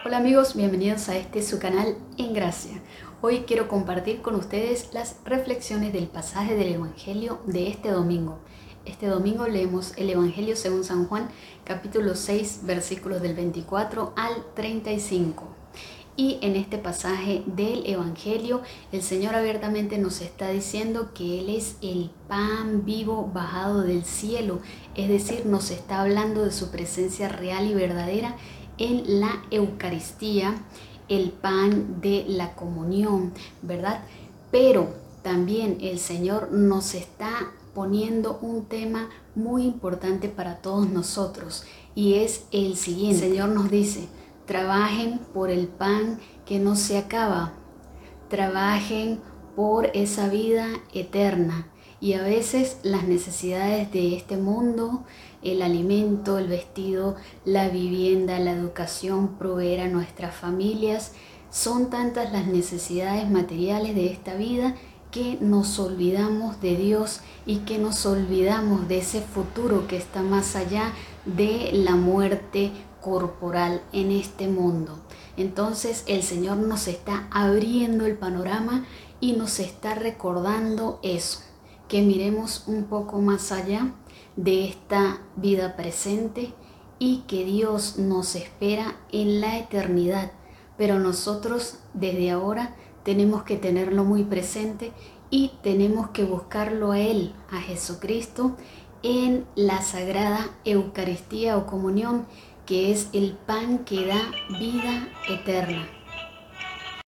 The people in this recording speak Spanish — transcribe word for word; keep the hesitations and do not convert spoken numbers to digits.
Hola amigos, bienvenidos a este su canal En Gracia. Hoy quiero compartir con ustedes las reflexiones del pasaje del Evangelio de este domingo. Este domingo leemos el Evangelio según San Juan, capítulo seis, versículos del veinticuatro al treinta y cinco. Y en este pasaje del Evangelio, el Señor abiertamente nos está diciendo que Él es el pan vivo bajado del cielo. Es decir, nos está hablando de su presencia real y verdadera en la Eucaristía, el pan de la comunión, ¿verdad? Pero también el Señor nos está poniendo un tema muy importante para todos nosotros, y es el siguiente. El Señor nos dice: trabajen por el pan que no se acaba, trabajen por esa vida eterna. Y a veces las necesidades de este mundo, el alimento, el vestido, la vivienda, la educación, proveer a nuestras familias, son tantas las necesidades materiales de esta vida que nos olvidamos de Dios y que nos olvidamos de ese futuro que está más allá de la muerte corporal en este mundo. Entonces el Señor nos está abriendo el panorama y nos está recordando eso, que miremos un poco más allá de esta vida presente y que Dios nos espera en la eternidad. Pero nosotros desde ahora tenemos que tenerlo muy presente y tenemos que buscarlo a Él, a Jesucristo, en la Sagrada Eucaristía o Comunión, que es el pan que da vida eterna.